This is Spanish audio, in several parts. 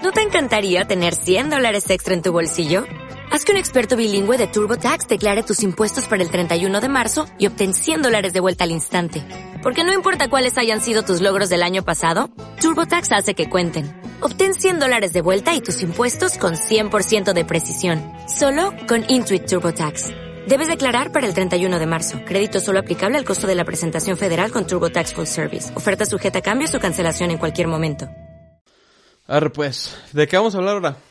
¿No te encantaría tener $100 extra en tu bolsillo? Haz que un experto bilingüe de TurboTax declare tus impuestos para el 31 de marzo y obtén $100 de vuelta al instante. Porque no importa cuáles hayan sido tus logros del año pasado, TurboTax hace que cuenten. Obtén $100 de vuelta y tus impuestos con 100% de precisión. Solo con Intuit TurboTax. Debes declarar para el 31 de marzo. Crédito solo aplicable al costo de la presentación federal con TurboTax Full Service. Oferta sujeta a cambios o cancelación en cualquier momento. Arre pues, ¿de qué vamos a hablar ahora?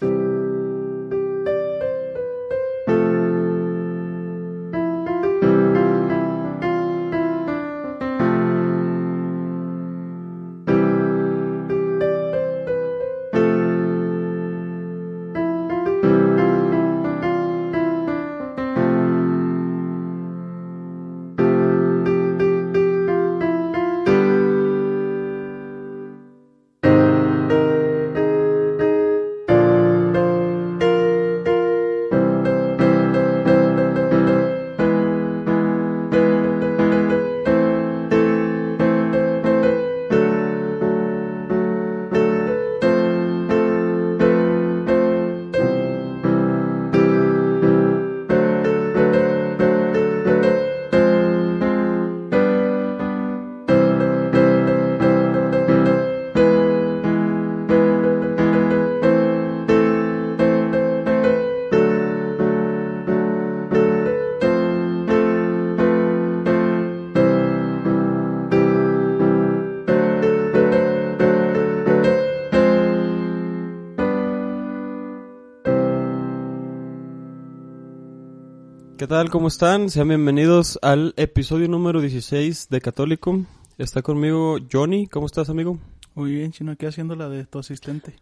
¿Qué tal? ¿Cómo están? Sean bienvenidos al episodio número 16 de Católico. Está conmigo Johnny. ¿Cómo estás, amigo? Muy bien, Chino. ¿Qué haciendo la de tu asistente?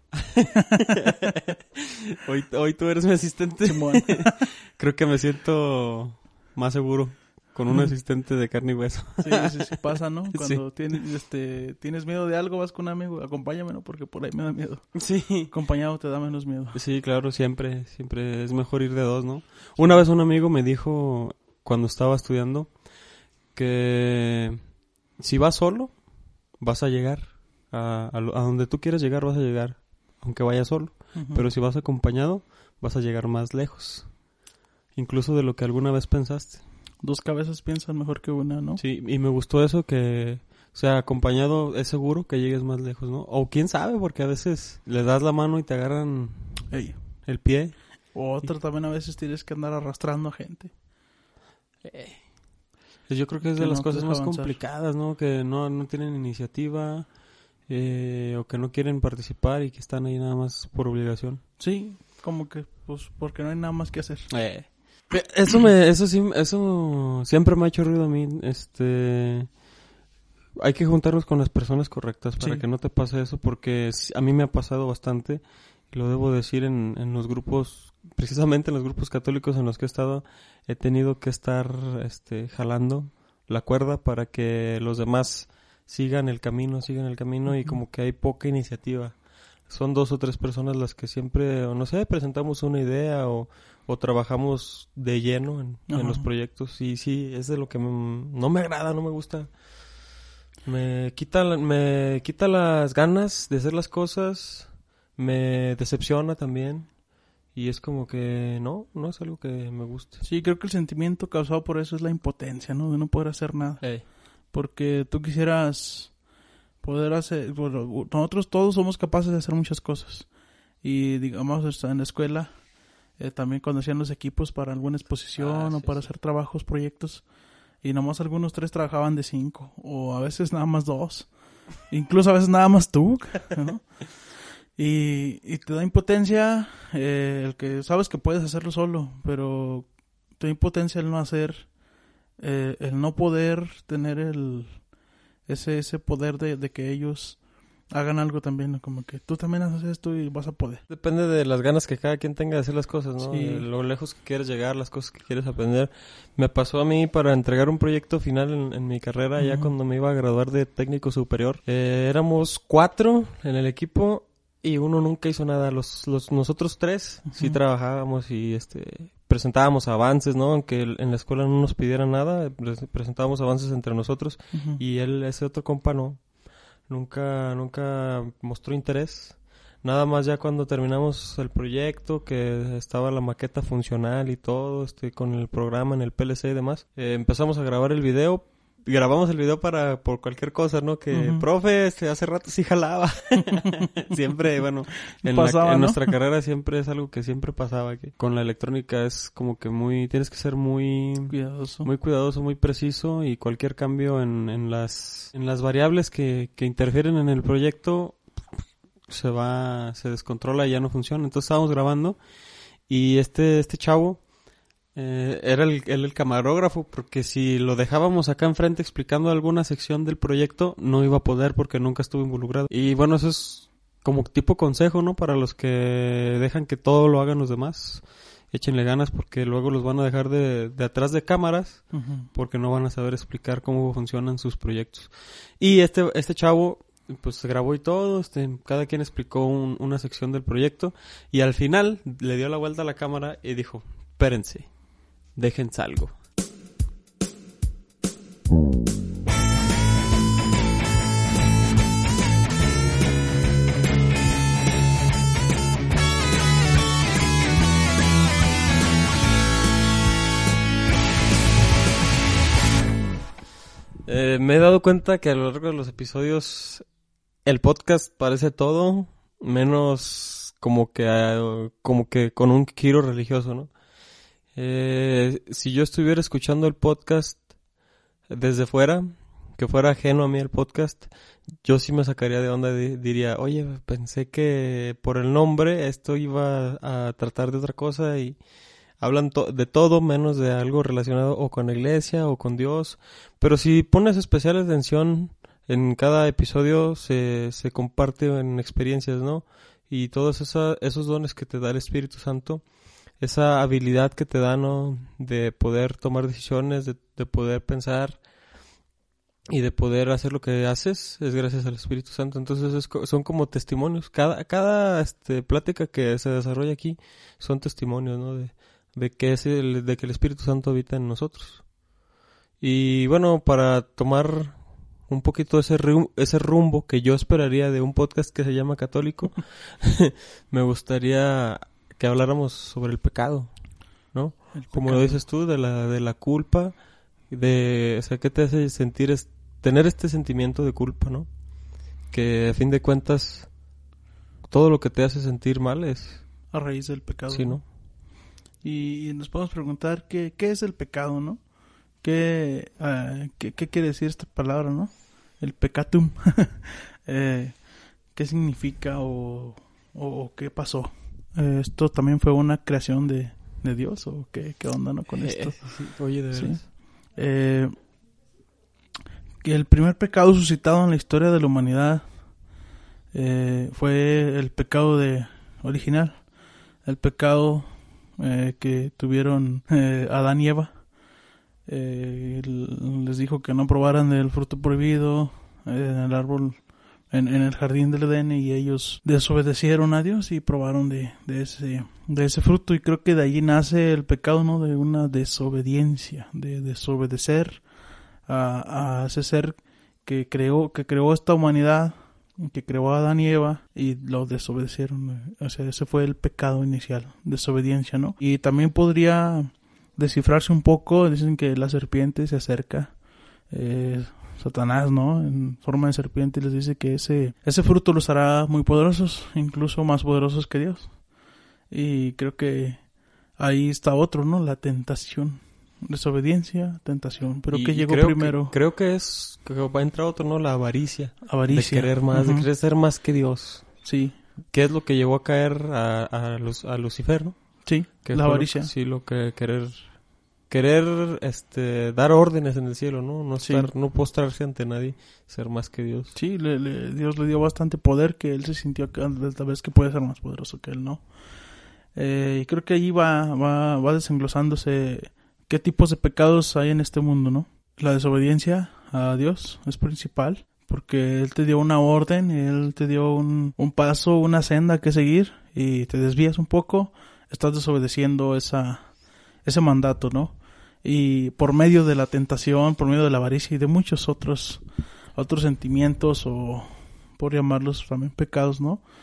Hoy tú eres mi asistente. Simón. Creo que me siento más seguro con un asistente de carne y hueso. Sí pasa, ¿no? Cuando tienes miedo de algo, vas con un amigo, acompáñame, ¿no? Porque por ahí me da miedo. Sí. Acompañado te da menos miedo. Sí, claro, siempre es mejor ir de dos, ¿no? Una vez un amigo me dijo, cuando estaba estudiando, que si vas solo, vas a llegar a donde tú quieres llegar, vas a llegar, aunque vayas solo. Uh-huh. Pero si vas acompañado, vas a llegar más lejos, incluso de lo que alguna vez pensaste. Dos cabezas piensan mejor que una, ¿no? Sí, y me gustó eso que, o sea, acompañado es seguro que llegues más lejos, ¿no? O quién sabe, porque a veces le das la mano y te agarran el pie. O también a veces tienes que andar arrastrando a gente. Pues yo creo que es de las cosas más complicadas, ¿no? Que no tienen iniciativa, o que no quieren participar y que están ahí nada más por obligación. Sí, como que, pues, porque no hay nada más que hacer. Eso siempre me ha hecho ruido a mí. Hay que juntarnos con las personas correctas para que no te pase eso, porque a mí me ha pasado bastante, y lo debo decir en los grupos, precisamente en los grupos católicos en los que he estado, he tenido que estar jalando la cuerda para que los demás sigan el camino, uh-huh. Y como que hay poca iniciativa. Son 2 o 3 personas las que siempre, o no sé, presentamos una idea o trabajamos de lleno en los proyectos. Y sí, es de lo que no me agrada, no me gusta. Me quita las ganas de hacer las cosas, me decepciona también. Y es como que no es algo que me guste. Sí, creo que el sentimiento causado por eso es la impotencia, ¿no? De no poder hacer nada. Porque tú quisieras poder hacer, bueno, nosotros todos somos capaces de hacer muchas cosas. Y digamos, en la escuela, también cuando hacían los equipos para alguna exposición o para hacer trabajos, proyectos, y nomás algunos 3 trabajaban de 5, o a veces nada más 2, incluso a veces nada más tú, ¿no? Y te da impotencia el que sabes que puedes hacerlo solo, pero te da impotencia el no hacer, el no poder tener ese poder de que ellos hagan algo también, ¿no? Como que tú también haces esto y vas a poder. Depende de las ganas que cada quien tenga de hacer las cosas, ¿no? Sí. De lo lejos que quieres llegar, las cosas que quieres aprender. Me pasó a mí para entregar un proyecto final en mi carrera, ya cuando me iba a graduar de técnico superior. Éramos 4 en el equipo y uno nunca hizo nada. Nosotros 3 sí trabajábamos y presentábamos avances, ¿no? Aunque en la escuela no nos pidieran nada, presentábamos avances entre nosotros. Y ese otro compa nunca mostró interés. Nada más ya cuando terminamos el proyecto, que estaba la maqueta funcional y todo, con el programa en el PLC y demás, empezamos a grabar el video. Grabamos el video por cualquier cosa, ¿no? Que, profe, hace rato sí jalaba. Siempre, bueno, en nuestra carrera siempre es algo que siempre pasaba. Que con la electrónica es como que tienes que ser muy cuidadoso, muy preciso, y cualquier cambio en las variables que interfieren en el proyecto se descontrola y ya no funciona. Entonces estábamos grabando y este chavo era el camarógrafo, porque si lo dejábamos acá enfrente explicando alguna sección del proyecto, no iba a poder porque nunca estuvo involucrado. Y bueno, eso es como tipo consejo, ¿no? Para los que dejan que todo lo hagan los demás. Échenle ganas, porque luego los van a dejar de atrás de cámaras, porque no van a saber explicar cómo funcionan sus proyectos. Y este chavo pues se grabó y todo, cada quien explicó una sección del proyecto, y al final le dio la vuelta a la cámara y dijo: espérense, dejen algo. Me he dado cuenta que a lo largo de los episodios el podcast parece todo menos como que con un giro religioso, ¿no? Si yo estuviera escuchando el podcast desde fuera, que fuera ajeno a mí el podcast, yo sí me sacaría de onda, diría: oye, pensé que por el nombre esto iba a tratar de otra cosa, y hablan de todo menos de algo relacionado o con la iglesia o con Dios. Pero si pones especial atención, en cada episodio se comparte en experiencias, ¿no? Y todos esos dones que te da el Espíritu Santo, esa habilidad que te da, ¿no? De poder tomar decisiones, de poder pensar y de poder hacer lo que haces, es gracias al Espíritu Santo. Entonces son como testimonios. Cada plática que se desarrolla aquí son testimonios, ¿no? De que el Espíritu Santo habita en nosotros. Y bueno, para tomar un poquito ese rumbo que yo esperaría de un podcast que se llama Católico, me gustaría que habláramos sobre el pecado, ¿no? Como lo dices tú, de la culpa, o sea, ¿qué te hace sentir tener este sentimiento de culpa, ¿no? Que a fin de cuentas todo lo que te hace sentir mal es a raíz del pecado. Sí, ¿no? Y nos podemos preguntar qué es el pecado, ¿no? ¿Qué quiere decir esta palabra, no? El peccatum. ¿Qué significa o qué pasó? ¿Esto también fue una creación de Dios o qué onda, no, con esto? Sí, oye, de veras. ¿Sí? Que el primer pecado suscitado en la historia de la humanidad fue el pecado original, el pecado que tuvieron Adán y Eva. Les dijo que no probaran del fruto prohibido en el árbol, en el jardín del Edén, y ellos desobedecieron a Dios y probaron de ese fruto, y creo que de allí nace el pecado, ¿no? De una desobediencia, de desobedecer a ese ser que creó esta humanidad, que creó a Adán y Eva, y lo desobedecieron. O sea, ese fue el pecado inicial, desobediencia, ¿no? Y también podría descifrarse un poco, dicen que la serpiente se acerca, Satanás, ¿no? En forma de serpiente, les dice que ese fruto los hará muy poderosos, incluso más poderosos que Dios. Y creo que ahí está otro, ¿no? La tentación. Desobediencia, tentación. Pero ¿qué llegó primero? Creo que va a entrar otro, ¿no? La avaricia. Avaricia. De querer más, de querer ser más que Dios. Sí. ¿Qué es lo que llevó a caer a Lucifer, no? Sí, la avaricia. Lo que querer dar órdenes en el cielo, ¿no? No postrarse ante nadie, ser más que Dios. Sí, Dios le dio bastante poder, que él se sintió tal vez que puede ser más poderoso que él, ¿no? Y creo que allí va desenglosándose qué tipos de pecados hay en este mundo, ¿no? La desobediencia a Dios es principal, porque Él te dio una orden, Él te dio un paso, una senda que seguir, y te desvías un poco, estás desobedeciendo ese mandato, ¿no? Y por medio de la tentación, por medio de la avaricia y de muchos otros sentimientos, o por llamarlos también pecados, ¿no?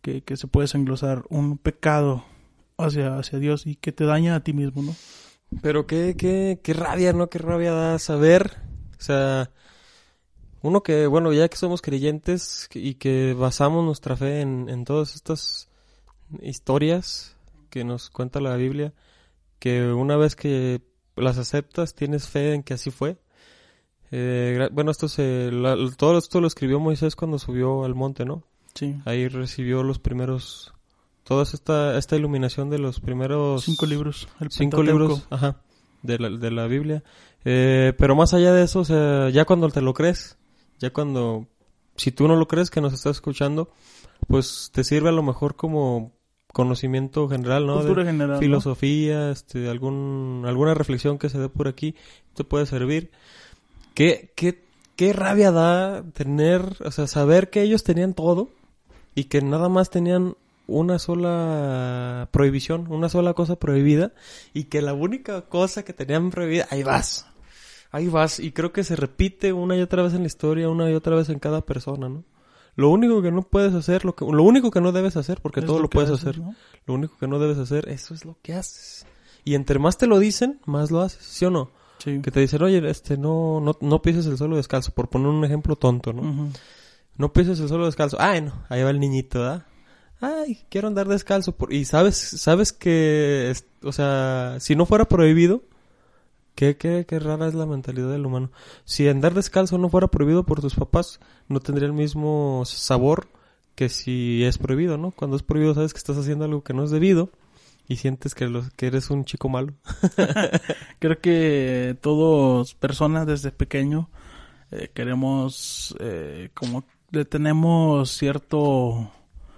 que se puede englosar un pecado hacia Dios y que te daña a ti mismo, ¿no? Pero qué rabia, ¿no? Qué rabia da saber, o sea, uno que, bueno, ya que somos creyentes y que basamos nuestra fe en todas estas historias que nos cuenta la Biblia, que una vez que las aceptas, tienes fe en que así fue. Bueno, todo esto lo escribió Moisés cuando subió al monte, ¿no? Sí. Ahí recibió los primeros, toda esta iluminación de los primeros 5 libros. 5 libros, ajá, de la Biblia. Pero más allá de eso, o sea, ya cuando te lo crees, si tú no lo crees que nos estás escuchando, pues te sirve a lo mejor como conocimiento general, ¿no? Cultura general, filosofía, ¿no? Alguna reflexión que se dé por aquí te puede servir. Qué rabia da tener, o sea, saber que ellos tenían todo y que nada más tenían una sola prohibición, una sola cosa prohibida, y que la única cosa que tenían prohibida, ahí vas, y creo que se repite una y otra vez en la historia, una y otra vez en cada persona, ¿no? Lo único que no puedes hacer, lo único que no debes hacer, porque todo lo puedes hacer, ¿no? Lo único que no debes hacer, eso es lo que haces. Y entre más te lo dicen, más lo haces, ¿sí o no? Sí. Que te dicen, oye, no pises el suelo descalzo, por poner un ejemplo tonto, ¿no? Uh-huh. No pises el suelo descalzo. Ay, no, ahí va el niñito, ¿verdad? Ay, quiero andar descalzo. Y sabes que, o sea, si no fuera prohibido, qué rara es la mentalidad del humano. Si andar descalzo no fuera prohibido por tus papás, no tendría el mismo sabor que si es prohibido, ¿no? Cuando es prohibido sabes que estás haciendo algo que no es debido y sientes que eres un chico malo. Creo que todos, personas desde pequeño, queremos, como le tenemos cierto...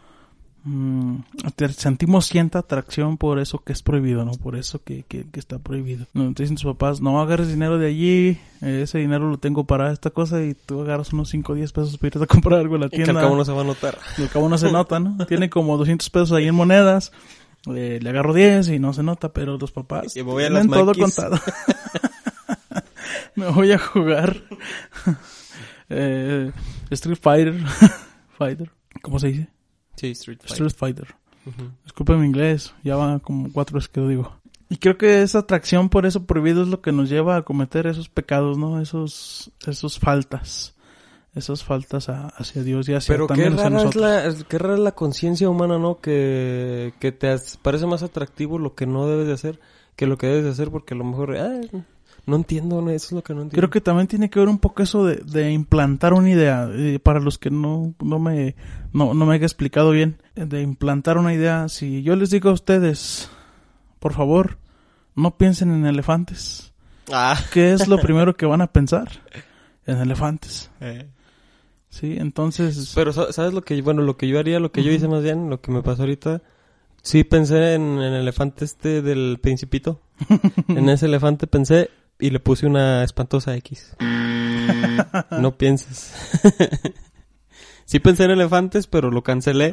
sentimos cierta atracción por eso que es prohibido, ¿no? Por eso que está prohibido. No, te dicen tus papás, no agarres dinero de allí, ese dinero lo tengo para esta cosa, y tú agarras unos 5 o 10 pesos para irte a comprar algo en la tienda. Y que al cabo no se va a notar. Y al cabo no se nota, ¿no? Tiene como 200 pesos ahí en monedas, le agarro 10 y no se nota, pero los papás tienen todo contado. Me voy a jugar Street Fighter, ¿cómo se dice? Sí, Street Fighter. Uh-huh. Disculpen mi inglés, ya van como 4 veces que lo digo. Y creo que esa atracción por eso prohibido es lo que nos lleva a cometer esos pecados, ¿no? Esos faltas. Esas faltas hacia Dios y hacia pero también hacia nosotros. Qué rara es la conciencia humana, ¿no? Que te parece más atractivo lo que no debes de hacer que lo que debes de hacer, porque a lo mejor... no entiendo, eso es lo que no entiendo. Creo que también tiene que ver un poco eso de implantar una idea. Para los que no me haya explicado bien, de implantar una idea. Si yo les digo a ustedes, por favor, no piensen en elefantes. ¿Qué es lo primero que van a pensar? En elefantes. Sí, entonces... Pero ¿sabes lo que yo haría? Lo que yo hice más bien, lo que me pasó ahorita... Sí, pensé en el elefante del Principito. En ese elefante pensé y le puse una espantosa X. No pienses. Sí pensé en elefantes, pero lo cancelé.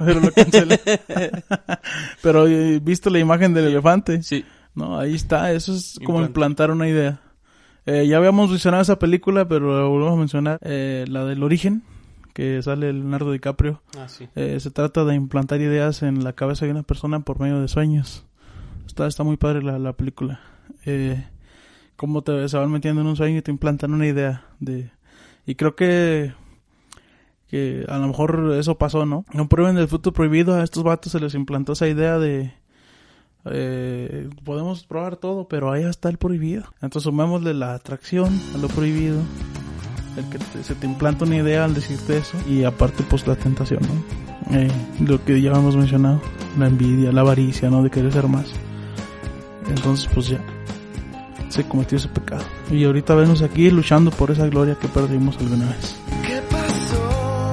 Pero ¿viste la imagen del elefante? Sí. No, ahí está. Eso es como implantar una idea. Ya habíamos mencionado esa película, pero la volvemos a mencionar. La del Origen, que sale Leonardo DiCaprio. Sí. Se trata de implantar ideas en la cabeza de una persona por medio de sueños. Está muy padre la película. Cómo se van metiendo en un sueño y te implantan una idea y creo que a lo mejor eso pasó, ¿no? No prueben el fruto prohibido. A estos vatos se les implantó esa idea de podemos probar todo, pero ahí está el prohibido. Entonces sumémosle la atracción a lo prohibido, el que se te implanta una idea al decirte eso, y aparte pues la tentación, ¿no? Lo que ya hemos mencionado, la envidia, la avaricia, ¿no? De querer ser más. Entonces pues ya se cometió ese pecado, y ahorita venimos aquí luchando por esa gloria que perdimos alguna vez. ¿Qué pasó?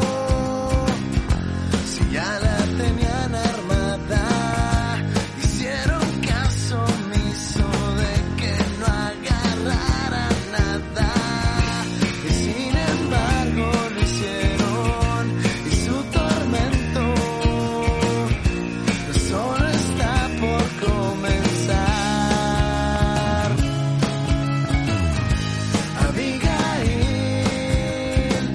Si ya la tenían armada, hicieron caso omiso de que no agarrara nada, y sin embargo lo hicieron, y su tormento solo está por comenzar. Abigail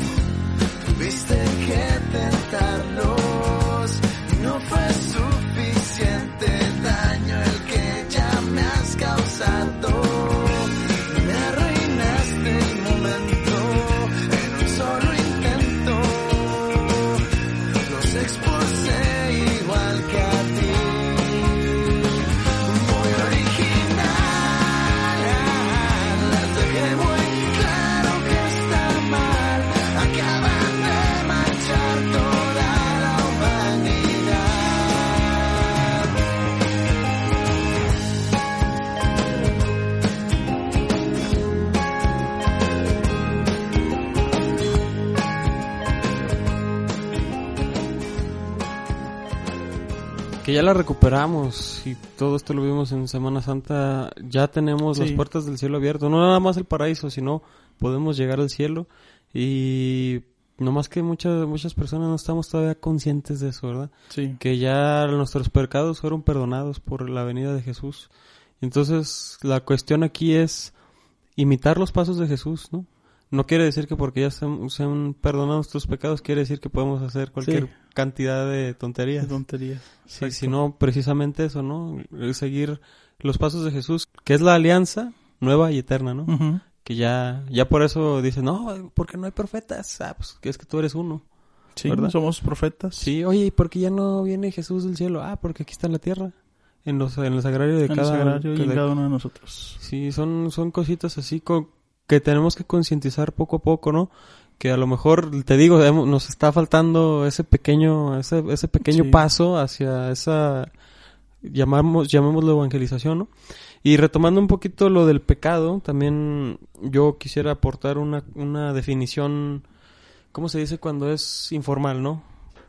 que ya la recuperamos, y todo esto lo vimos en Semana Santa. Ya tenemos las puertas del cielo abiertas, no nada más el paraíso, sino podemos llegar al cielo. Y no más que muchas personas no estamos todavía conscientes de eso, ¿verdad? Sí. Que ya nuestros pecados fueron perdonados por la venida de Jesús. Entonces la cuestión aquí es imitar los pasos de Jesús, ¿no? No quiere decir que porque ya se han perdonado nuestros pecados, quiere decir que podemos hacer cualquier cantidad de tonterías. Sí, sino precisamente eso, ¿no? Seguir los pasos de Jesús, que es la alianza nueva y eterna, ¿no? Uh-huh. Que ya por eso dicen, no, porque no hay profetas. Pues que es que tú eres uno. Sí, ¿verdad? Somos profetas. Sí, oye, ¿y por qué ya no viene Jesús del cielo? Porque aquí está en la tierra. En el sagrario de cada uno de nosotros. Sí, son cositas así que tenemos que concientizar poco a poco, ¿no? Que a lo mejor, te digo, nos está faltando ese pequeño paso hacia esa, llamémoslo evangelización, ¿no? Y retomando un poquito lo del pecado, también yo quisiera aportar una definición, ¿cómo se dice cuando es informal, no?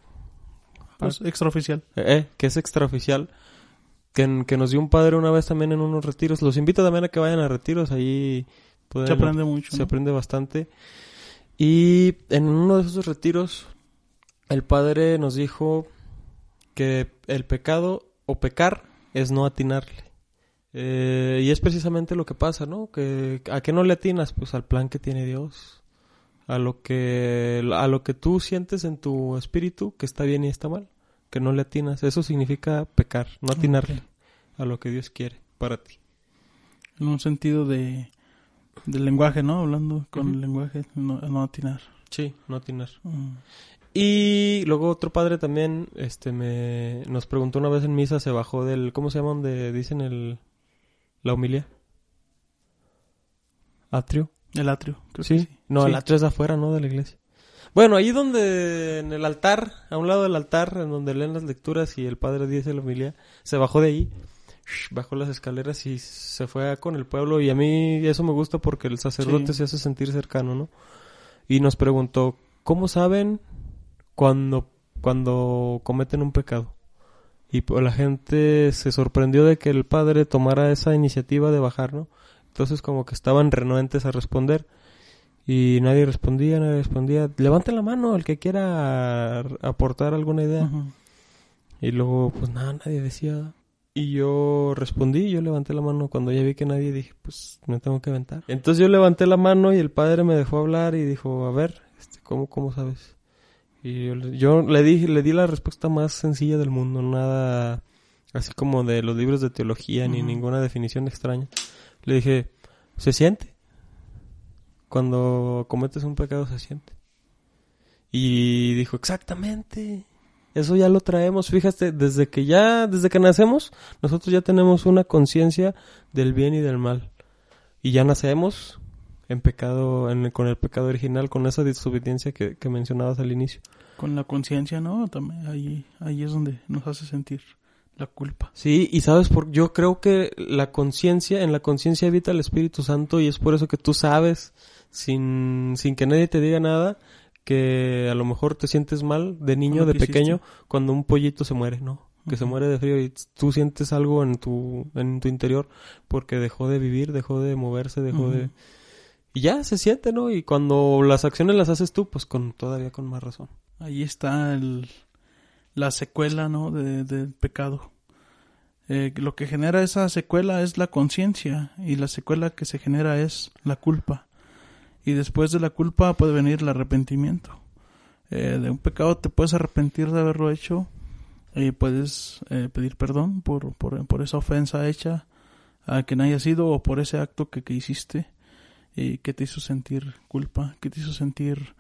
Pues extraoficial. Que es extraoficial. Que nos dio un padre una vez también en unos retiros. Los invito también a que vayan a retiros, ahí se aprende mucho. Se aprende bastante. Y en uno de esos retiros, el padre nos dijo que el pecado o pecar es no atinarle. Y es precisamente lo que pasa, ¿no? Que ¿a qué no le atinas? Pues al plan que tiene Dios. A lo que tú sientes en tu espíritu que está bien y está mal. Que no le atinas. Eso significa pecar, no atinarle a lo que Dios quiere para ti. En un sentido del lenguaje, ¿no? Hablando con el lenguaje, no atinar. Sí, no atinar. Y luego otro padre también nos preguntó una vez en misa, se bajó del... ¿Cómo se llama donde dicen la homilía? ¿Atrio? El atrio, creo ¿Sí? que sí. No, sí. El atrio es afuera, ¿no? De la iglesia. Bueno, ahí donde, en el altar, a un lado del altar, en donde leen las lecturas y el padre dice la homilía, se bajó de ahí, bajó las escaleras y se fue con el pueblo. Y a mí eso me gusta porque el sacerdote se hace sentir cercano, ¿no? Y nos preguntó, ¿cómo saben cuando cometen un pecado? Y pues la gente se sorprendió de que el padre tomara esa iniciativa de bajar, ¿no? Entonces como que estaban renuentes a responder. Y nadie respondía. Levanten la mano el que quiera aportar alguna idea. Uh-huh. Y luego, pues nada, nadie decía. Y yo respondí, yo levanté la mano. Cuando ya vi que nadie, dije, pues me tengo que aventar. Entonces yo levanté la mano y el padre me dejó hablar y dijo, a ver, ¿cómo sabes? Y yo le di la respuesta más sencilla del mundo. Nada así como de los libros de teología, uh-huh, ni ninguna definición extraña. Le dije, ¿se siente? Cuando cometes un pecado se siente. Y dijo, exactamente, eso ya lo traemos. Fíjate, desde que nacemos, nosotros ya tenemos una conciencia del bien y del mal. Y ya nacemos en pecado, con el pecado original, con esa desobediencia que mencionabas al inicio. Con la conciencia, ¿no? También ahí es donde nos hace sentir la culpa. Sí, y sabes, yo creo que en la conciencia habita el Espíritu Santo, y es por eso que tú sabes, sin que nadie te diga nada, que a lo mejor te sientes mal de niño, de pequeño, hiciste cuando un pollito se muere, ¿no? Que se muere de frío y tú sientes algo en tu interior porque dejó de vivir, dejó de moverse, dejó de... Y ya se siente, ¿no? Y cuando las acciones las haces tú, pues todavía con más razón. Ahí está la secuela, ¿no? del pecado. Lo que genera esa secuela es la conciencia, y la secuela que se genera es la culpa. Y después de la culpa puede venir el arrepentimiento. De un pecado te puedes arrepentir de haberlo hecho, y puedes pedir perdón por esa ofensa hecha a quien haya sido, o por ese acto que hiciste, que te hizo sentir culpa, que te hizo sentir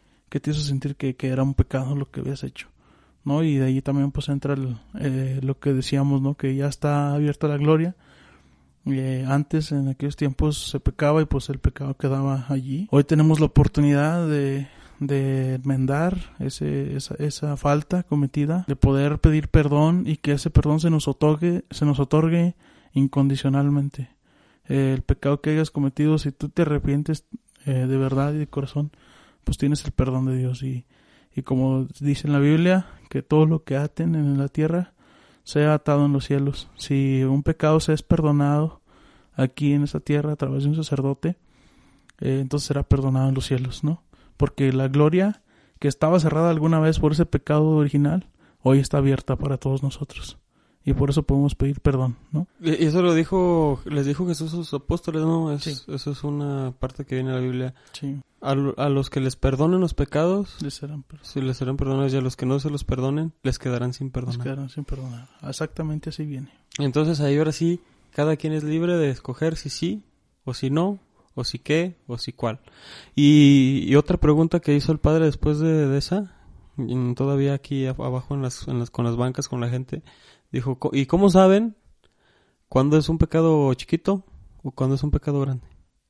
que era un pecado lo que habías hecho, ¿no? Y de ahí también pues entra lo que decíamos, ¿no? Que ya está abierta la gloria. Antes, en aquellos tiempos, se pecaba y pues el pecado quedaba allí. Hoy tenemos la oportunidad de enmendar esa falta cometida, de poder pedir perdón, y que ese perdón se nos otorgue incondicionalmente. El pecado que hayas cometido, si tú te arrepientes de verdad y de corazón, pues tienes el perdón de Dios. Y como dice en la Biblia, que todo lo que aten en la tierra sea atado en los cielos. Si un pecado se es perdonado aquí en esta tierra a través de un sacerdote, entonces será perdonado en los cielos, ¿no? Porque la gloria que estaba cerrada alguna vez por ese pecado original, hoy está abierta para todos nosotros. Y por eso podemos pedir perdón, ¿no? Y eso les dijo Jesús a sus apóstoles, ¿no? Sí. Eso es una parte que viene en la Biblia. Sí. A los que les perdonen los pecados, les serán perdonados. Sí, les serán perdonados, y a los que no se los perdonen, les quedarán sin perdonar. Les quedarán sin perdonar. Exactamente así viene. Entonces ahí ahora sí, cada quien es libre de escoger si sí, o si no, o si qué, o si cuál. Y otra pregunta que hizo el padre después de esa, todavía aquí abajo con las bancas, con la gente, dijo, ¿y cómo saben cuándo es un pecado chiquito o cuándo es un pecado grande?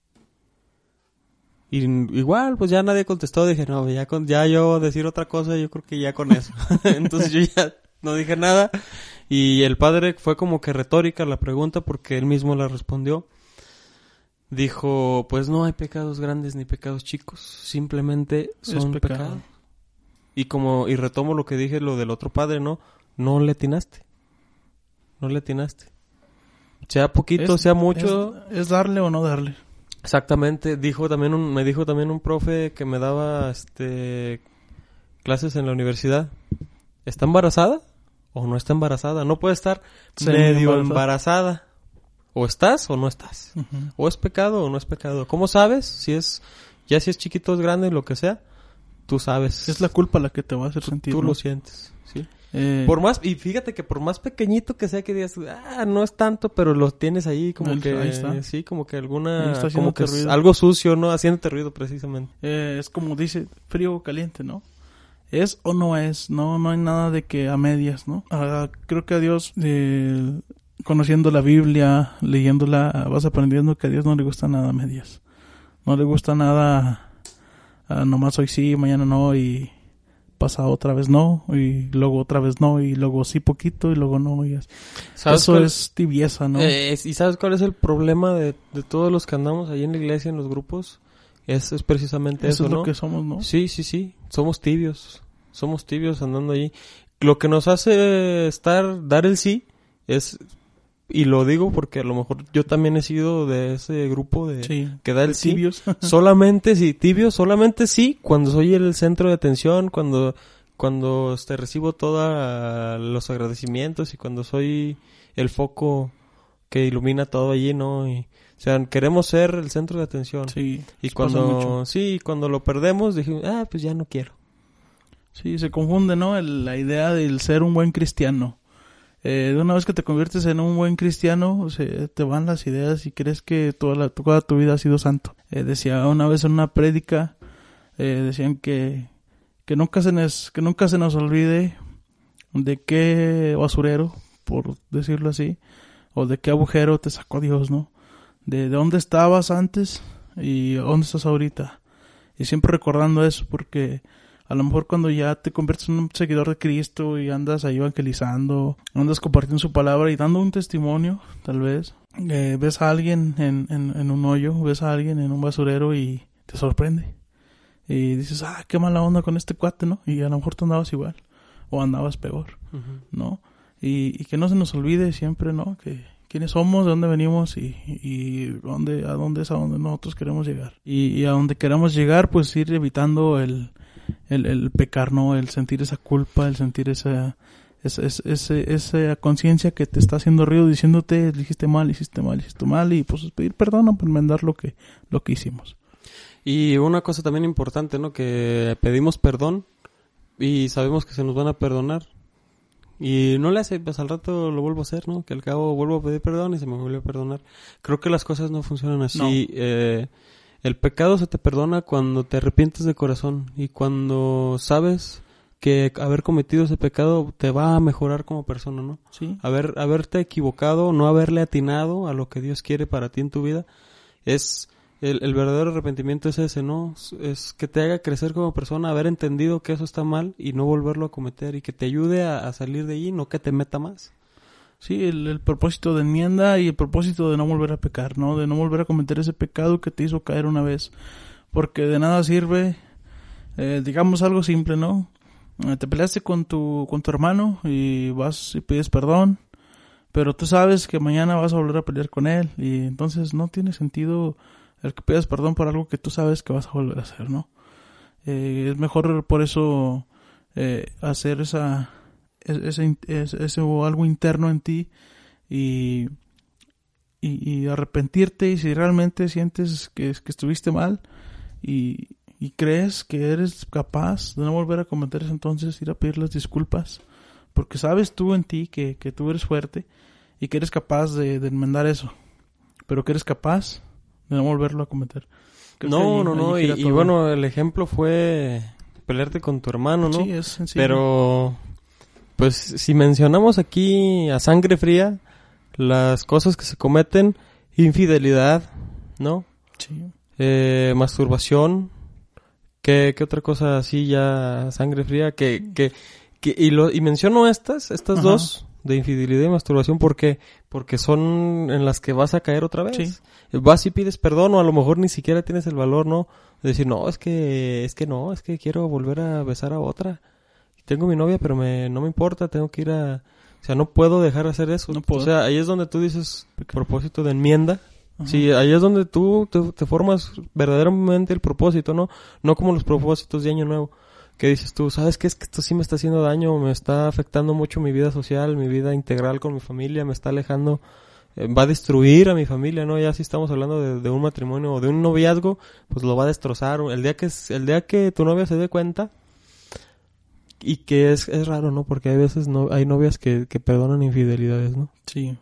Y igual, pues ya nadie contestó. Dije, no, ya yo decir otra cosa, yo creo que ya con eso. Entonces yo ya no dije nada. Y el padre fue como que retórica la pregunta porque él mismo la respondió. Dijo, pues no hay pecados grandes ni pecados chicos. Simplemente son pecados. Y retomo lo que dije, lo del otro padre, ¿no? No le atinaste. Sea poquito, sea mucho. Es darle o no darle. Exactamente. Me dijo también un profe que me daba clases en la universidad. ¿Está embarazada o no está embarazada? No puede estar medio embarazada. O estás o no estás. Uh-huh. O es pecado o no es pecado. ¿Cómo sabes? Si es chiquito, es grande, lo que sea, tú sabes. Es la culpa la que te va a hacer sentir. Tú, ¿no? Lo sientes, ¿sí? Y fíjate que por más pequeñito que sea que digas, no es tanto, pero lo tienes ahí como ahí está. Sí, como que como que es algo sucio, ¿no? Haciéndote ruido precisamente. Es como dice, frío o caliente, ¿no? ¿Es o no es? No hay nada de que a medias, ¿no? Creo que a Dios, conociendo la Biblia, leyéndola, vas aprendiendo que a Dios no le gusta nada a medias. No le gusta nada nomás hoy sí, mañana no, y pasa otra vez no, y luego otra vez no, y luego sí poquito, y luego no. Y eso es tibieza, ¿no? ¿Y sabes cuál es el problema de todos los que andamos ahí en la iglesia, en los grupos? Es precisamente eso, ¿no? Eso es lo que somos, ¿no? Sí. Somos tibios andando allí. Lo que nos hace dar el sí es... Y lo digo porque a lo mejor yo también he sido de ese grupo que da el sí. Tibios. Solamente sí, cuando soy el centro de atención, cuando recibo todos los agradecimientos y cuando soy el foco que ilumina todo allí, ¿no? Y, o sea, queremos ser el centro de atención. Sí. Y cuando lo perdemos, dije, pues ya no quiero. Sí, se confunde, ¿no? La idea del ser un buen cristiano. De una vez que te conviertes en un buen cristiano, te van las ideas y crees que toda tu vida has sido santo. Decía una vez en una prédica, decían que nunca se nos olvide de qué basurero, por decirlo así, o de qué agujero te sacó Dios, ¿no? De dónde estabas antes y dónde estás ahorita. Y siempre recordando eso, porque a lo mejor cuando ya te conviertes en un seguidor de Cristo y andas ahí evangelizando, andas compartiendo su palabra y dando un testimonio, tal vez, ves a alguien en un hoyo, ves a alguien en un basurero y te sorprende. Y dices, qué mala onda con este cuate, ¿no? Y a lo mejor tú andabas igual, o andabas peor, uh-huh. ¿no? Y que no se nos olvide siempre, ¿no? Que quiénes somos, de dónde venimos y a dónde es a donde nosotros queremos llegar. Y a donde queramos llegar, pues ir evitando el pecar, ¿no? El sentir esa culpa, el sentir esa conciencia que te está haciendo ruido diciéndote, hiciste mal, y pues pedir perdón por enmendar lo que hicimos. Y una cosa también importante, ¿no? Que pedimos perdón y sabemos que se nos van a perdonar. Y no le hace, pues al rato lo vuelvo a hacer, ¿no? Que al cabo vuelvo a pedir perdón y se me vuelve a perdonar. Creo que las cosas no funcionan así. No. El pecado se te perdona cuando te arrepientes de corazón y cuando sabes que haber cometido ese pecado te va a mejorar como persona, ¿no? Sí. Haberte equivocado, no haberle atinado a lo que Dios quiere para ti en tu vida, es el verdadero arrepentimiento es ese, ¿no? Es que te haga crecer como persona, haber entendido que eso está mal y no volverlo a cometer y que te ayude a salir de allí, no que te meta más. Sí, el propósito de enmienda y el propósito de no volver a pecar, ¿no? De no volver a cometer ese pecado que te hizo caer una vez. Porque de nada sirve, digamos algo simple, ¿no? te peleaste con tu hermano y vas y pides perdón, pero tú sabes que mañana vas a volver a pelear con él y entonces no tiene sentido el que pidas perdón por algo que tú sabes que vas a volver a hacer, ¿no? Es mejor por eso hacer ese algo interno en ti y arrepentirte, y si realmente sientes que estuviste mal y crees que eres capaz de no volver a cometer eso, entonces ir a pedir las disculpas, porque sabes tú en ti que tú eres fuerte y que eres capaz de enmendar eso, pero que eres capaz de no volverlo a cometer. No, y bueno, el ejemplo fue pelearte con tu hermano, ¿no? Sí, es sencillo. Pero, pues, si mencionamos aquí a sangre fría las cosas que se cometen: infidelidad, ¿no? Sí. Masturbación, ¿qué otra cosa así ya sangre fría? Y menciono estas Ajá. dos, de infidelidad y masturbación, porque son en las que vas a caer otra vez. Sí. Vas y pides perdón, o a lo mejor ni siquiera tienes el valor, ¿no? De decir, no, es que quiero volver a besar a otra. Tengo mi novia, pero no me importa, tengo que ir a... O sea, no puedo dejar de hacer eso. No puedo. O sea, ahí es donde tú dices propósito de enmienda. Ajá. Sí, ahí es donde tú te formas verdaderamente el propósito, ¿no? No como los propósitos de Año Nuevo, que dices tú, ¿sabes qué? Es que esto sí me está haciendo daño, me está afectando mucho mi vida social, mi vida integral con mi familia, me está alejando, va a destruir a mi familia, ¿no? Ya si estamos hablando de un matrimonio o de un noviazgo, pues lo va a destrozar. El día que tu novia se dé cuenta, y que es raro, ¿no? Porque hay veces hay novias que perdonan infidelidades, ¿no? Sí.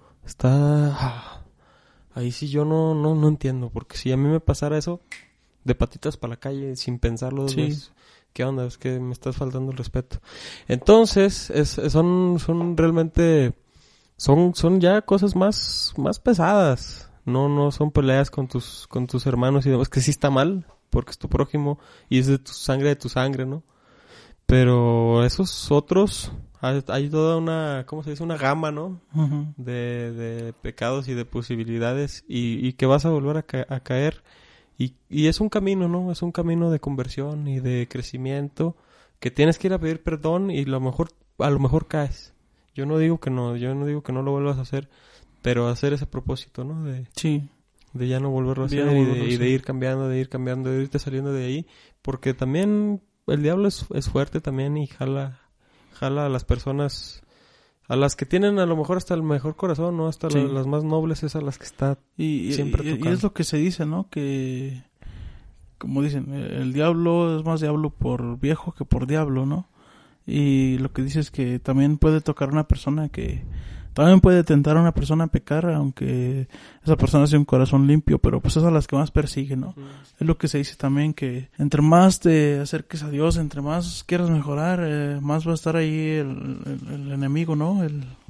Ahí sí yo no entiendo, porque si a mí me pasara eso, de patitas para la calle, sin pensarlo dos veces, ¿qué onda? Es que me estás faltando el respeto. Entonces, son realmente, son ya cosas más pesadas. No son peleas con tus hermanos y demás, que sí está mal, porque es tu prójimo y es de tu sangre, ¿no? Pero esos otros, hay toda una, ¿cómo se dice? Una gama, ¿no? Uh-huh. De pecados y de posibilidades, y que vas a volver a caer. Y es un camino, ¿no? Es un camino de conversión y de crecimiento, que tienes que ir a pedir perdón, y a lo mejor caes. Yo no digo que no lo vuelvas a hacer, pero hacer ese propósito, ¿no? De ya no volverlo a hacer, y de ir cambiando, de irte saliendo de ahí, porque también el diablo es fuerte también, y jala a las personas, a las que tienen a lo mejor hasta el mejor corazón, ¿no? Hasta las más nobles, es a las que está siempre tocando. Y es lo que se dice, ¿no? Que, como dicen, el diablo es más diablo por viejo que por diablo, ¿no? Y lo que dice es que también puede tocar a una persona también puede tentar a una persona a pecar, aunque esa persona sea un corazón limpio, pero pues es a las que más persigue, ¿no? Uh-huh. Es lo que se dice también, que entre más te acerques a Dios, entre más quieras mejorar, más va a estar ahí el enemigo, ¿no?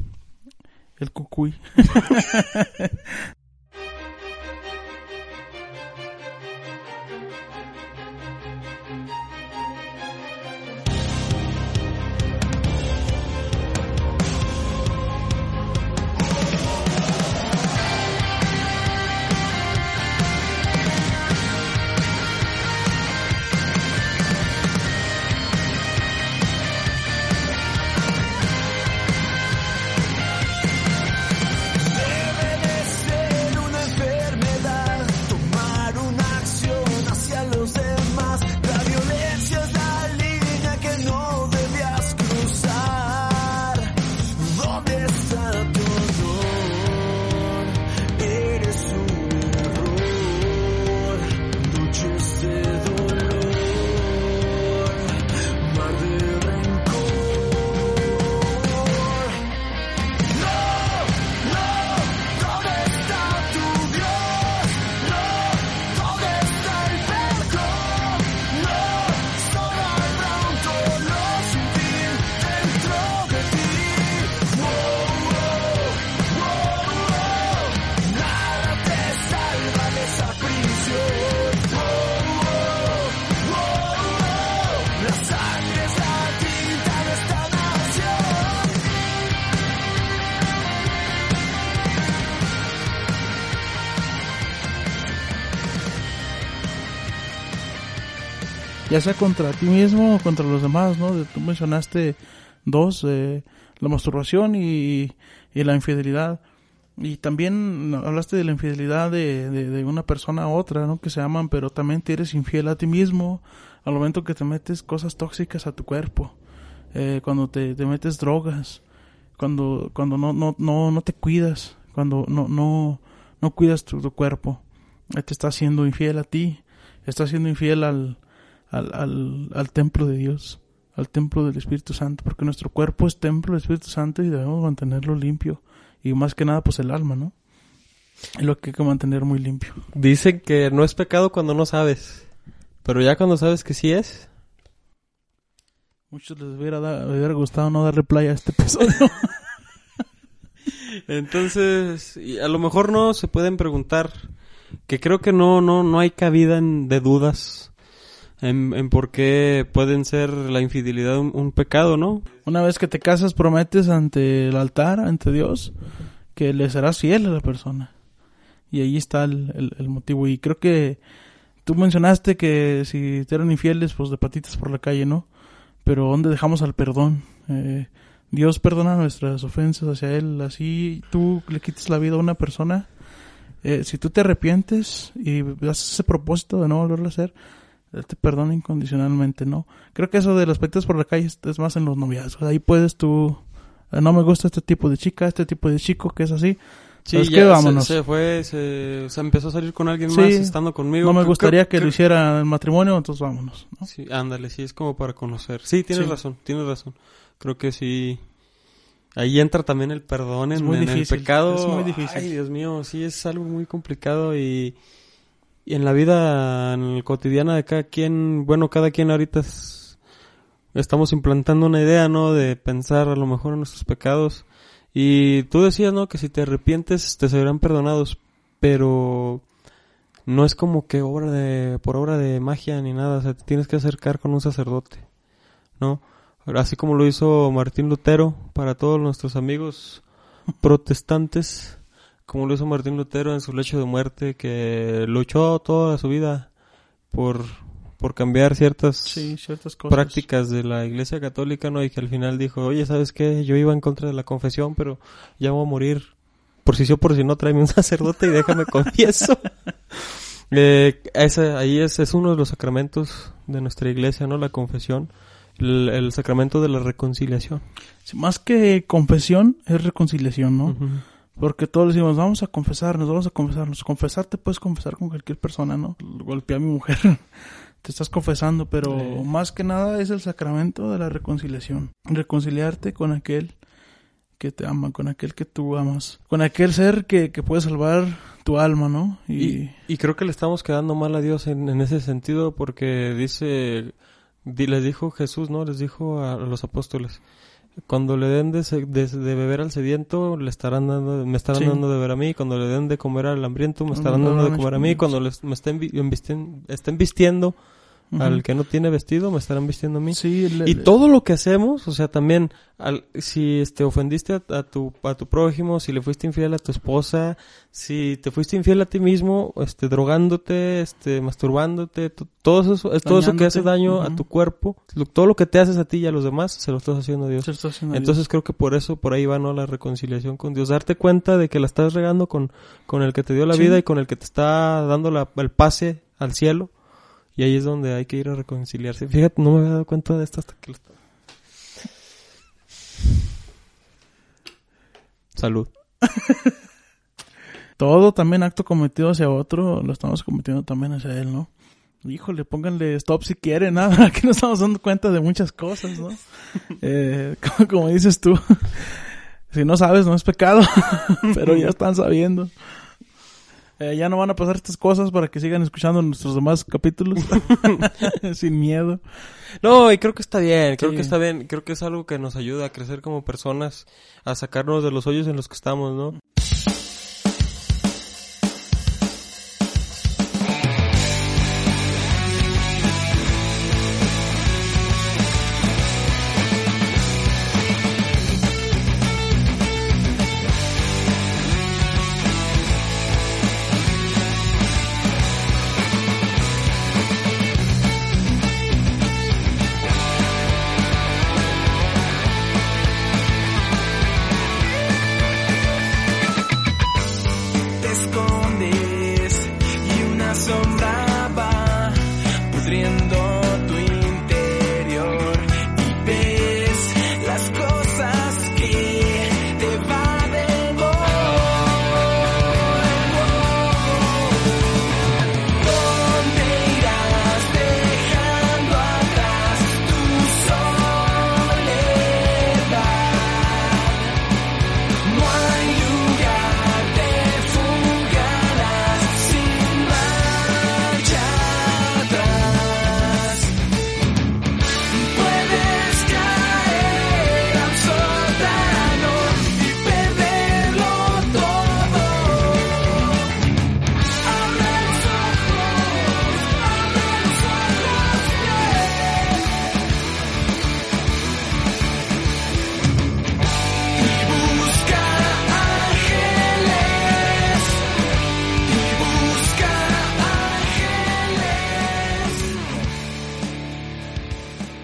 El cucuy. Debe de ser ya sea contra ti mismo o contra los demás, ¿no? Tú mencionaste dos, la masturbación y la infidelidad. Y también hablaste de la infidelidad de una persona a otra, ¿no? Que se aman, pero también te eres infiel a ti mismo al momento que te metes cosas tóxicas a tu cuerpo, cuando te metes drogas, cuando no te cuidas, cuando no cuidas tu cuerpo, te estás siendo infiel a ti, estás siendo infiel al templo de Dios, al templo del Espíritu Santo, porque nuestro cuerpo es templo del Espíritu Santo y debemos mantenerlo limpio. Y más que nada, pues el alma, ¿no? Es lo que hay que mantener muy limpio. Dicen que no es pecado cuando no sabes. Pero ya cuando sabes que sí es. Muchos les hubiera gustado no darle play a este episodio. Entonces, a lo mejor no se pueden preguntar. Que creo que no hay cabida de dudas. En por qué pueden ser la infidelidad un pecado, ¿no? Una vez que te casas, prometes ante el altar, ante Dios, que le serás fiel a la persona. Y ahí está el motivo. Y creo que tú mencionaste que si te eran infieles, pues de patitas por la calle, ¿no? Pero ¿dónde dejamos al perdón? Dios perdona nuestras ofensas hacia Él. Así tú le quites la vida a una persona. Si tú te arrepientes y haces ese propósito de no volverlo a hacer, te perdona incondicionalmente, ¿no? Creo que eso de las patitas por la calle es más en los noviazgos. Ahí puedes tú, no me gusta este tipo de chica, este tipo de chico que es así. Sí, ya qué? Vámonos. Se empezó a salir con alguien más estando conmigo. No me gustaría que lo hiciera en matrimonio, entonces vámonos, ¿no? Sí, ándale, sí, es como para conocer. Sí, tienes razón. Creo que sí. Ahí entra también el perdón en el pecado. Es muy difícil. Ay, Dios mío, sí, es algo muy complicado y en la vida, en el cotidiana de cada quien, bueno, cada quien ahorita estamos implantando una idea, ¿no? De pensar a lo mejor en nuestros pecados. Y tú decías, ¿no? Que si te arrepientes te serán perdonados, pero no es como que por obra de magia ni nada, o sea, te tienes que acercar con un sacerdote, ¿no? Así como lo hizo Martín Lutero para todos nuestros amigos protestantes, como lo hizo Martín Lutero en su lecho de muerte, que luchó toda su vida por cambiar ciertas cosas, prácticas de la Iglesia Católica, ¿no? Y que al final dijo, oye, ¿sabes qué? Yo iba en contra de la confesión, pero ya voy a morir. Por si sí o por si no, tráeme un sacerdote y déjame confieso. Ahí es uno de los sacramentos de nuestra Iglesia, ¿no? La confesión. El sacramento de la reconciliación. Sí, más que confesión, es reconciliación, ¿no? Uh-huh. Porque todos decimos, vamos a confesarnos. Confesarte puedes confesar con cualquier persona, ¿no? Golpeé a mi mujer, te estás confesando, pero más que nada es el sacramento de la reconciliación. Reconciliarte con aquel que te ama, con aquel que tú amas, con aquel ser que puede salvar tu alma, ¿no? Y creo que le estamos quedando mal a Dios en ese sentido, porque les dijo Jesús, ¿no? Les dijo a los apóstoles, cuando le den de beber al sediento, me estarán dando de beber a mí. Cuando le den de comer al hambriento, me estarán dando de comer a mí. Cuando me estén vistiendo al que no tiene vestido, me estarán vistiendo a mí. Sí, y todo lo que hacemos, o sea, también, si ofendiste a tu prójimo, si le fuiste infiel a tu esposa, si te fuiste infiel a ti mismo, drogándote, masturbándote, todo eso que hace daño a tu cuerpo, todo lo que te haces a ti y a los demás, se lo estás haciendo a Dios. Entonces creo que por ahí va, ¿no? La reconciliación con Dios, darte cuenta de que la estás regando con el que te dio la vida y con el que te está dando el pase al cielo. Y ahí es donde hay que ir a reconciliarse. Fíjate, no me había dado cuenta de esto hasta que lo estaba. Salud. Todo también acto cometido hacia otro, lo estamos cometiendo también hacia él, ¿no? Híjole, pónganle stop si quieren, nada, aquí nos estamos dando cuenta de muchas cosas, ¿no? Como dices tú, si no sabes no es pecado, pero ya están sabiendo. Ya no van a pasar estas cosas para que sigan escuchando nuestros demás capítulos sin miedo. No, y creo que está bien, creo que es algo que nos ayuda a crecer como personas, a sacarnos de los hoyos en los que estamos, ¿no?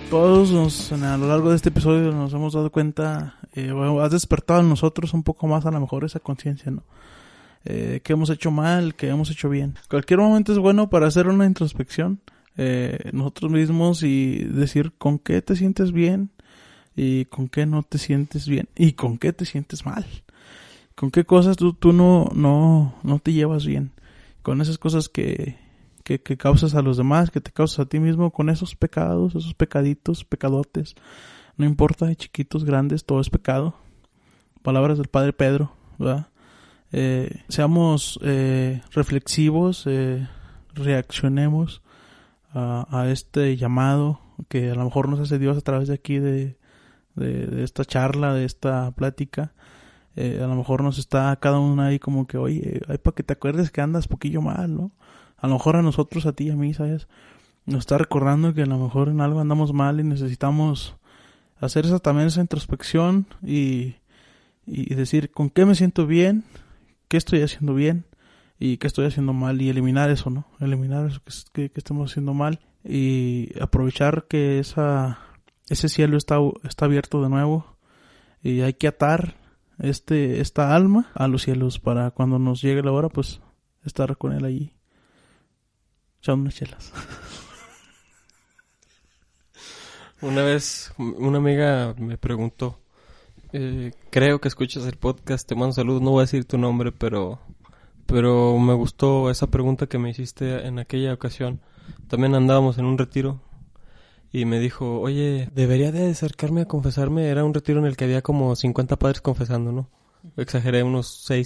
Todos a lo largo de este episodio nos hemos dado cuenta, has despertado en nosotros un poco más a lo mejor esa conciencia, ¿no? Que hemos hecho mal, que hemos hecho bien. Cualquier momento es bueno para hacer una introspección nosotros mismos y decir con qué te sientes bien y con qué no te sientes bien y con qué te sientes mal. Con qué cosas tú no te llevas bien. Con esas cosas que causas a los demás, que te causas a ti mismo, con esos pecados, esos pecaditos, pecadotes. No importa, de chiquitos, grandes, todo es pecado. Palabras del Padre Pedro, ¿verdad? Seamos reflexivos, reaccionemos a este llamado que a lo mejor nos hace Dios a través de aquí de esta charla, de esta plática. A lo mejor nos está cada uno ahí como que, oye, hay para que te acuerdes que andas poquillo mal, ¿no? A lo mejor a nosotros, a ti y a mí, ¿sabes? Nos está recordando que a lo mejor en algo andamos mal y necesitamos hacer también esa introspección y decir con qué me siento bien, qué estoy haciendo bien y qué estoy haciendo mal y eliminar eso, ¿no? Eliminar eso que estamos haciendo mal y aprovechar que ese cielo está abierto de nuevo y hay que atar esta alma a los cielos para cuando nos llegue la hora, pues estar con él allí. Echando unas chelas. Una vez una amiga me preguntó, creo que escuchas el podcast, te mando saludos, no voy a decir tu nombre, pero me gustó esa pregunta que me hiciste en aquella ocasión. También andábamos en un retiro y me dijo, oye, debería de acercarme a confesarme. Era un retiro en el que había como 50 padres confesando, ¿no? Exageré, unos 6,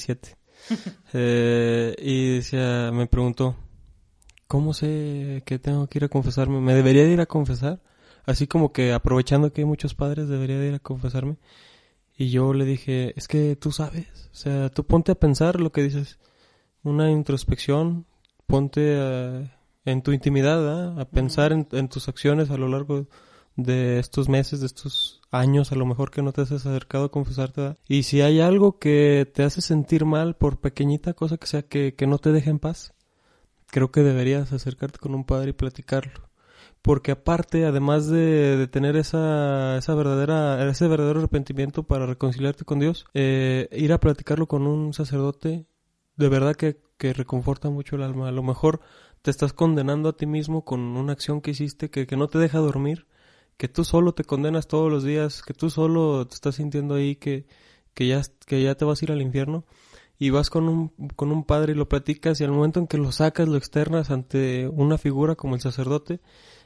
7. Y me preguntó, ¿cómo sé que tengo que ir a confesarme? ¿Me debería de ir a confesar? Así como que aprovechando que hay muchos padres, debería de ir a confesarme. Y yo le dije, es que tú sabes. O sea, tú ponte a pensar lo que dices. Una introspección, ponte en tu intimidad, a pensar en tus acciones a lo largo de estos meses, de estos años, a lo mejor que no te has acercado a confesarte, ¿verdad? Y si hay algo que te hace sentir mal, por pequeñita cosa que sea, que no te deje en paz, creo que deberías acercarte con un padre y platicarlo. Porque aparte, además de tener ese verdadero arrepentimiento para reconciliarte con Dios, ir a platicarlo con un sacerdote, de verdad que reconforta mucho el alma. A lo mejor te estás condenando a ti mismo con una acción que hiciste que no te deja dormir, que tú solo te condenas todos los días, que tú solo te estás sintiendo ahí que ya te vas a ir al infierno. Y vas con un padre y lo platicas, y al momento en que lo sacas, lo externas ante una figura como el sacerdote,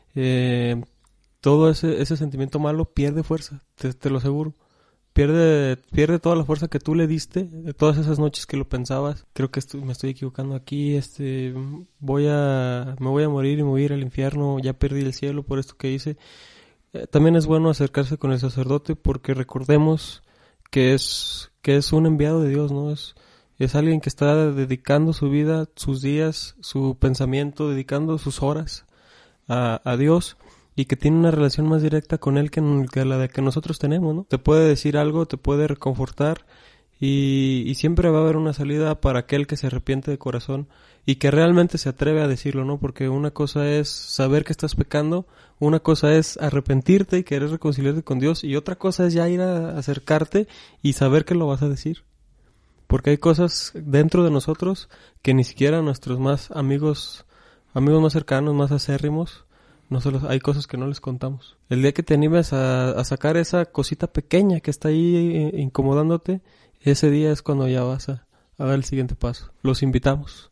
todo ese sentimiento malo pierde fuerza, te lo aseguro. Pierde toda la fuerza que tú le diste, de todas esas noches que lo pensabas. Creo que me estoy equivocando aquí, me voy a morir y me voy a ir al infierno, ya perdí el cielo por esto que hice. También es bueno acercarse con el sacerdote porque recordemos que es un enviado de Dios, ¿no? Es alguien que está dedicando su vida, sus días, su pensamiento, dedicando sus horas a Dios, y que tiene una relación más directa con Él que la de que nosotros tenemos, ¿no? Te puede decir algo, te puede reconfortar, y siempre va a haber una salida para aquel que se arrepiente de corazón y que realmente se atreve a decirlo, ¿no? Porque una cosa es saber que estás pecando, una cosa es arrepentirte y querer reconciliarte con Dios, y otra cosa es ya ir a acercarte y saber que lo vas a decir. Porque hay cosas dentro de nosotros que ni siquiera nuestros más amigos más cercanos, más acérrimos, hay cosas que no les contamos. El día que te animes a sacar esa cosita pequeña que está ahí incomodándote, ese día es cuando ya vas a dar el siguiente paso. Nos invitamos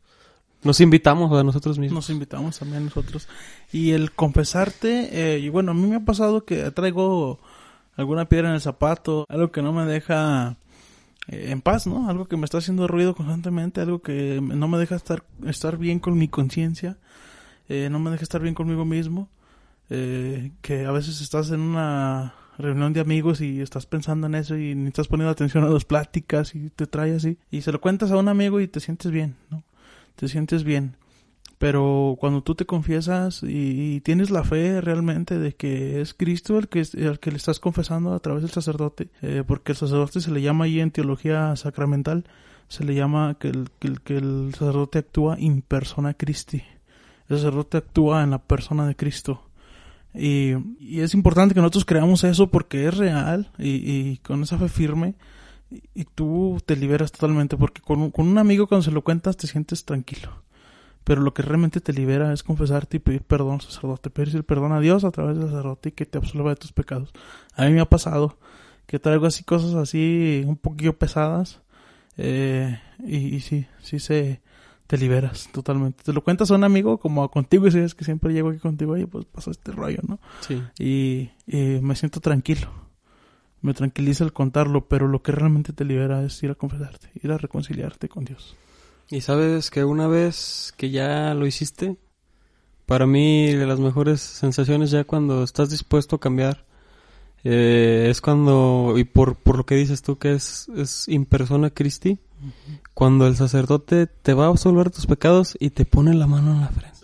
a nosotros mismos. Nos invitamos también a nosotros. Y el confesarte, y bueno, a mí me ha pasado que traigo alguna piedra en el zapato, algo que no me deja en paz, ¿no? Algo que me está haciendo ruido constantemente, algo que no me deja estar bien con mi conciencia, no me deja estar bien conmigo mismo, que a veces estás en una reunión de amigos y estás pensando en eso y ni estás poniendo atención a las pláticas y te trae así, y se lo cuentas a un amigo y te sientes bien, ¿no? Te sientes bien. Pero cuando tú te confiesas y tienes la fe realmente de que es Cristo al que le estás confesando a través del sacerdote, porque el sacerdote se le llama ahí en teología sacramental, se le llama que el sacerdote actúa in persona Christi. El sacerdote actúa en la persona de Cristo. Y es importante que nosotros creamos eso porque es real y con esa fe firme y tú te liberas totalmente, porque con un amigo cuando se lo cuentas te sientes tranquilo, pero lo que realmente te libera es confesarte y pedir perdón al sacerdote, pedir perdón a Dios a través del sacerdote y que te absolva de tus pecados. A mí me ha pasado que traigo así cosas así un poquillo pesadas y sí te liberas totalmente. Te lo cuentas a un amigo como contigo y sabes que siempre llego aquí contigo y pues pasó este rollo, ¿no? Sí. Y me siento tranquilo. Me tranquiliza el contarlo, pero lo que realmente te libera es ir a confesarte, ir a reconciliarte con Dios. Y sabes que una vez que ya lo hiciste, para mí de las mejores sensaciones ya cuando estás dispuesto a cambiar, es cuando, y por lo que dices tú que es in persona Christi, cuando el sacerdote te va a absolver tus pecados y te pone la mano en la frente.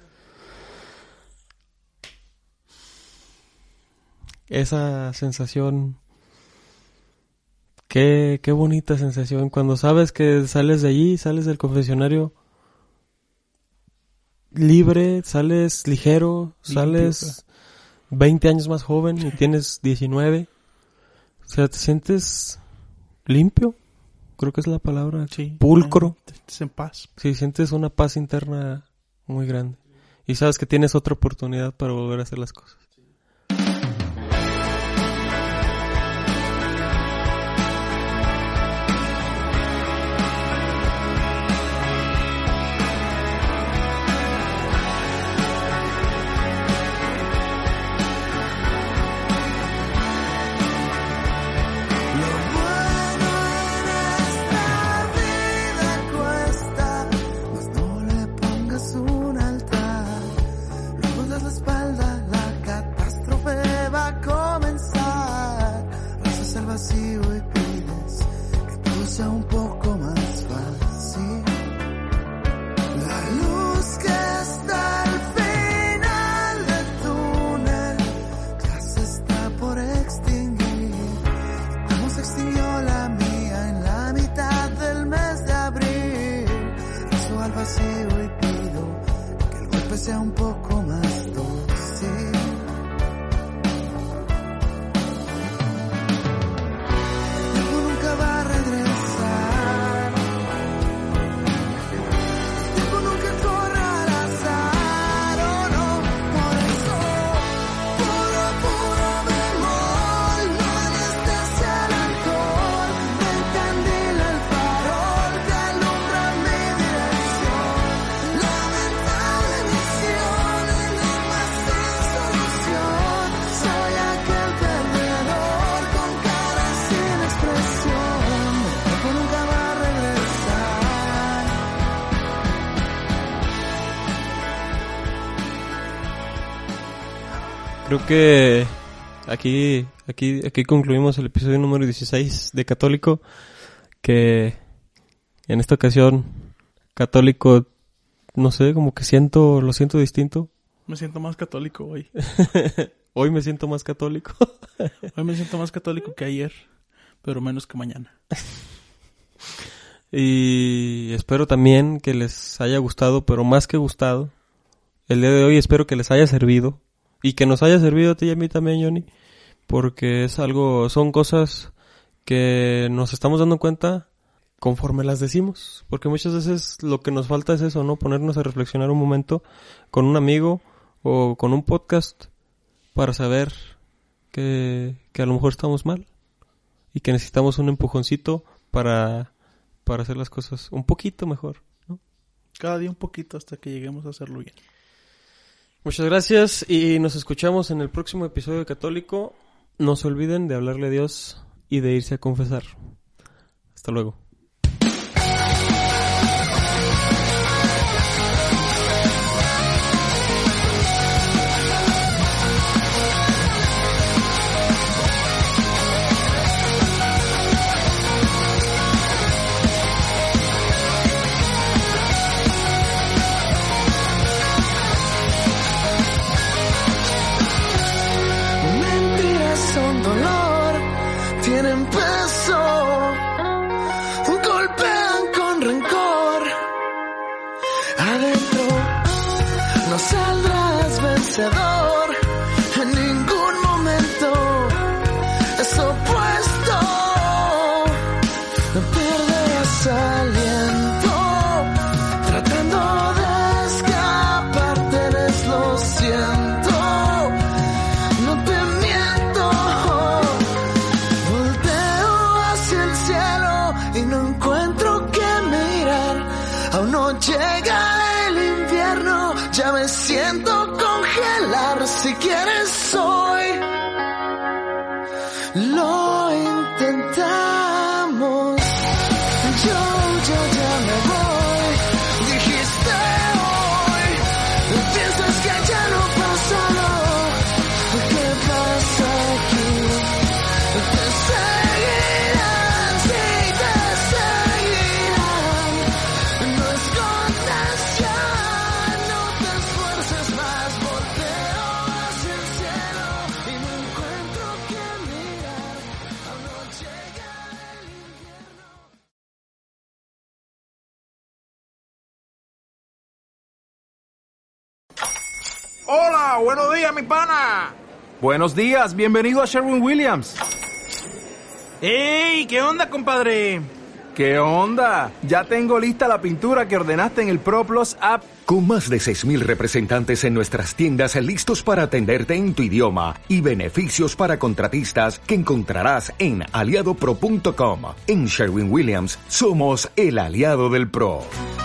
Esa sensación, qué bonita sensación, cuando sabes que sales de allí, sales del confesionario libre, sales ligero, sales 20 años más joven y tienes 19. O sea, te sientes limpio, creo que es la palabra, Sí, pulcro. Te sientes en paz. Sí, sientes una paz interna muy grande. Y sabes que tienes otra oportunidad para volver a hacer las cosas. Sea un poco más dulce. Tiempo nunca va a regresar. Tiempo nunca corre al azar. Oh no, por eso puro bemol. No anestesia el alcohol. Me encandila el farol que alumbra mi dirección. Lamentable misión, enigma sin solución. Soy aquel perdedor con cara sin expresión. El tiempo nunca va a regresar. Creo que aquí concluimos el episodio número 16 de Católico, que en esta ocasión Católico, no sé, como que lo siento distinto. Me siento más católico hoy. Hoy me siento más católico. Hoy me siento más católico que ayer, pero menos que mañana. Y espero también que les haya gustado, pero más que gustado, el día de hoy espero que les haya servido. Y que nos haya servido a ti y a mí también, Johnny. Porque son cosas que nos estamos dando cuenta conforme las decimos. Porque muchas veces lo que nos falta es eso, ¿no? Ponernos a reflexionar un momento con un amigo o con un podcast para saber que a lo mejor estamos mal. Y que necesitamos un empujoncito para hacer las cosas un poquito mejor, ¿no? Cada día un poquito hasta que lleguemos a hacerlo bien. Muchas gracias y nos escuchamos en el próximo episodio de Católico. No se olviden de hablarle a Dios y de irse a confesar. Hasta luego. Mentiras son dolor, tienen peso. desaliento, tratando de escaparte, lo siento, no te miento. Volteo hacia el cielo y no encuentro qué mirar. Aún no llega el invierno, ya me siento congelar. Si quieres hoy lo intentamos. Yo ya me voy. Dijiste hoy, piensas que ya no pasa, no. ¿Qué pasa aquí? Te seguirán, sí, te seguirán. No escondas ya, no te esfuerces más. Volteo hacia el cielo y no encuentro qué mirar. Aún no llega el invierno. Hola, buenos días, mi pana. Buenos días, bienvenido a Sherwin-Williams. ¡Ey! ¿Qué onda, compadre? ¿Qué onda? Ya tengo lista la pintura que ordenaste en el ProPlus app. Con más de 6,000 representantes en nuestras tiendas listos para atenderte en tu idioma y beneficios para contratistas que encontrarás en aliadopro.com. En Sherwin-Williams somos el aliado del pro.